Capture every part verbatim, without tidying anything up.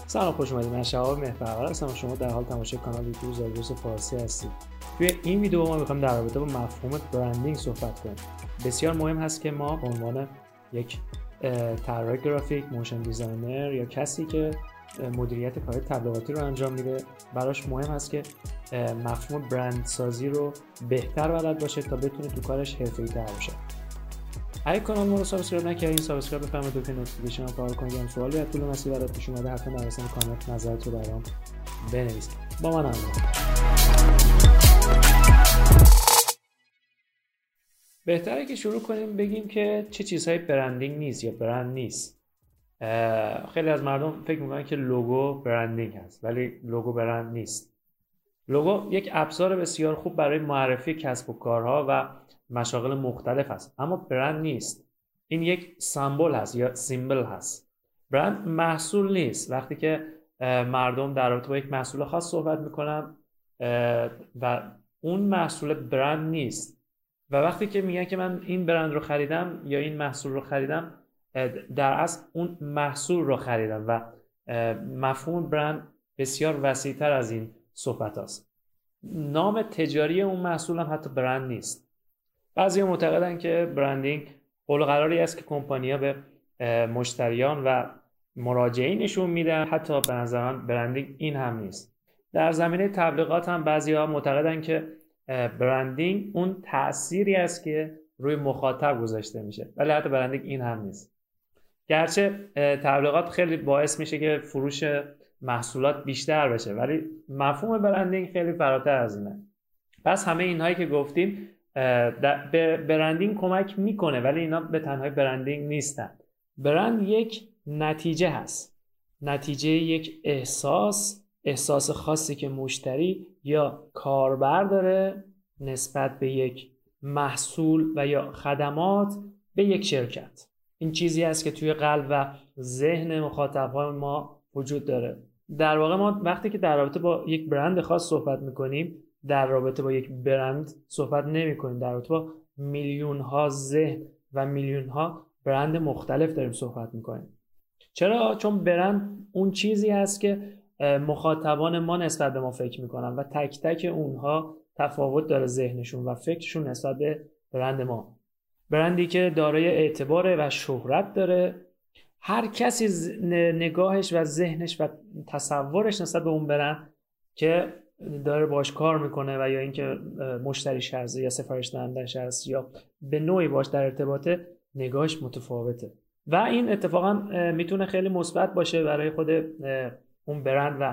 سلام، خوش اومدید. من شهاب مهرپرور هستم و شما در حال تماشای کانال یوتیوب زاگرس فارسی هستید. توی این ویدیو ما می‌خوایم در رابطه با مفهوم برندینگ صحبت کنیم. بسیار مهم هست که ما به عنوان یک طراح گرافیک، موشن دیزاینر یا کسی که مدیریت کارهای تبلیغاتی رو انجام میده، براش مهم هست که مفهوم برند سازی رو بهتر بلد باشه تا بتونه تو کارش حرفه‌ای‌تر بشه. اگه کانال ما رو سابسکرایب نکردین، سابسکرایب بفرمایید، دکمه نوتیفیکیشن رو فعال کنید. اگه سوالی از طول مسیر برات پیش اومده حتما در قسمت کامنت نظرت رو برام بنویسید. با من همراه. بهتره که شروع کنیم بگیم که چه چیزهای برندینگ نیست یا برند نیست. خیلی از مردم فکر میکنن که لوگو برندینگ هست، ولی لوگو برند نیست. لوگو یک ابزار بسیار خوب برای معرفی کسب و کارها و مشاغل مختلف هست، اما برند نیست. این یک سمبل هست یا سیمبل هست. برند محصول نیست. وقتی که مردم در رابطه با یک محصول خاص صحبت میکنن و اون محصول برند نیست، و وقتی که میگن که من این برند رو خریدم یا این محصول رو خریدم، در اصل اون محصول رو خریدم و مفهوم برند بسیار وسیع‌تر از این صحبت هست. نام تجاری اون محصول هم حتی برند نیست. بعضی معتقدن که برندینگ قول و قراری است که کمپانی‌ها به مشتریان و مراجعین نشون میدن. حتی به نظر من برندینگ این هم نیست. در زمینه تبلیغات هم بعضی‌ها معتقدن که برندینگ اون تأثیری است که روی مخاطب گذاشته میشه، ولی حتی برندینگ این هم نیست. گرچه تبلیغات خیلی باعث میشه که فروش محصولات بیشتر بشه، ولی مفهوم برندینگ خیلی فراتر از اینه. پس همه اینهایی که گفتیم به برندینگ کمک میکنه، ولی اینا به تنهایی برندینگ نیستن. برند یک نتیجه هست، نتیجه یک احساس احساس خاصی که مشتری یا کاربر داره نسبت به یک محصول و یا خدمات به یک شرکت. این چیزی است که توی قلب و ذهن مخاطب‌های ما وجود داره. در واقع ما وقتی که در رابطه با یک برند خاص صحبت میکنیم، در رابطه با یک برند صحبت نمی کنیم، در رابطه با میلیون ها ذهن و میلیون ها برند مختلف داریم صحبت میکنیم. چرا؟ چون برند اون چیزی هست که مخاطبان ما نسبت به ما فکر میکنن و تک تک اونها تفاوت داره ذهنشون و فکرشون نسبت به برند ما. برندی که دارای اعتبار و شهرت داره، هر کسی نگاهش و ذهنش و تصورش نسبت به اون برند که داره باش کار میکنه و یا اینکه مشتریش هست یا سفارش دهندش هست یا به نوعی باش در ارتباطه، نگاهش متفاوته و این اتفاقا میتونه خیلی مثبت باشه برای خود اون برند و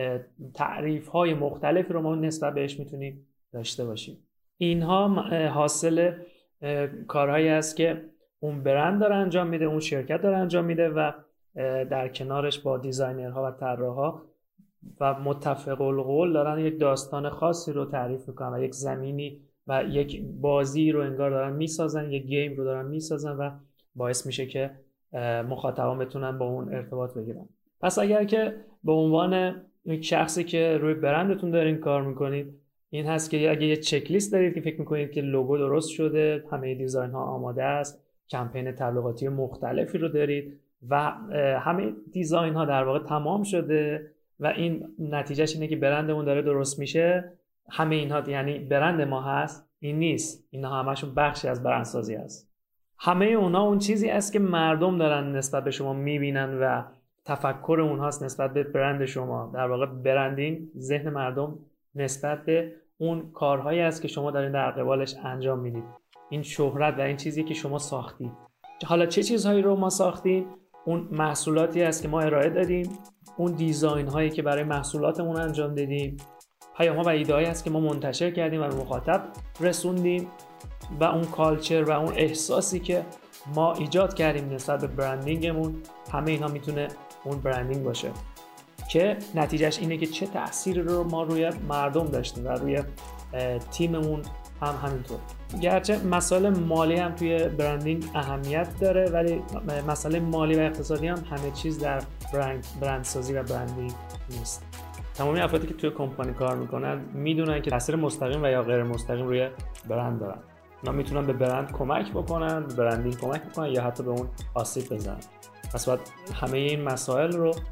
تعریف های مختلفی رو ما نسبت بهش میتونیم داشته باشیم. اینها حاصل کارهایی است که اون برند داره انجام میده، اون شرکت داره انجام میده و در کنارش با دیزاینرها و طراحا و متفق القول دارن یک داستان خاصی رو تعریف میکنن و یک زمینی و یک بازی رو انگار دارن میسازن، یک گیم رو دارن میسازن و باعث میشه که مخاطبان بتونن با اون ارتباط بگیرن. پس اگر که به عنوان یک شخصی که روی برندتون دارین کار میکنید، این هست که اگه یه چک لیست دارید که فکر میکنید که لوگو درست شده، همه دیزاین ها آماده است، کمپین تبلیغاتی مختلفی رو دارید و همه دیزاین ها در واقع تمام شده و این نتیجهش اینه که برندمون داره درست میشه، همه اینها یعنی برند ما هست، این نیست. اینا همشون بخشی از برندسازی هست. همه اونها اون چیزی است که مردم دارن نسبت به شما میبینن و تفکر اونهاست نسبت به برند شما. در واقع برندینگ ذهن مردم نسبت به اون کارهایی است که شما دارین در قبالش انجام میدید. این شهرت و این چیزی که شما ساختید. حالا چه چیزهایی رو ما ساختیم؟ اون محصولاتی است که ما ارائه دادیم، اون دیزاین هایی که برای محصولاتمون انجام دادیم، پیام ها و ایده هایی است که ما منتشر کردیم و به مخاطب رسوندیم و اون کالچر و اون احساسی که ما ایجاد کردیم نسبت به برندینگمون. همه اینها میتونه اون برندینگ باشه که نتیجهش اینه که چه تأثیری رو ما روی مردم داشتیم و روی تیممون هم همینطور. گرچه مسائل مالی هم توی برندینگ اهمیت داره، ولی مسائل مالی و اقتصادی هم همه چیز در برند برندسازی و برندینگ نیست. تمامی افرادی که توی کمپانی کار میکنن میدونن که تاثیر مستقیم و یا غیر مستقیم روی برند دارن. اونا میتونن به برند کمک بکنن، به برندینگ کمک بکنن یا حتی به اون آسیب بزنن. پس باید همه این مسائل رو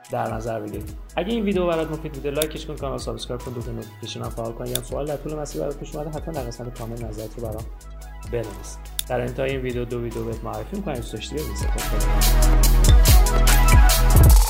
در نظر بگیرید. اگه این ویدیو برات مفید بوده لایکش کن، کانال سابسکرایب کن، دکمه نوتیفیکیشن هم فعال کن. یا سوال در طول مسیر برات پیش اومده حتما در قسمت کامنت نظرت رو برام بنویس. در انتهای این ویدیو دو ویدیو بهت معرفی می‌کنم، دوست داشتی ببین.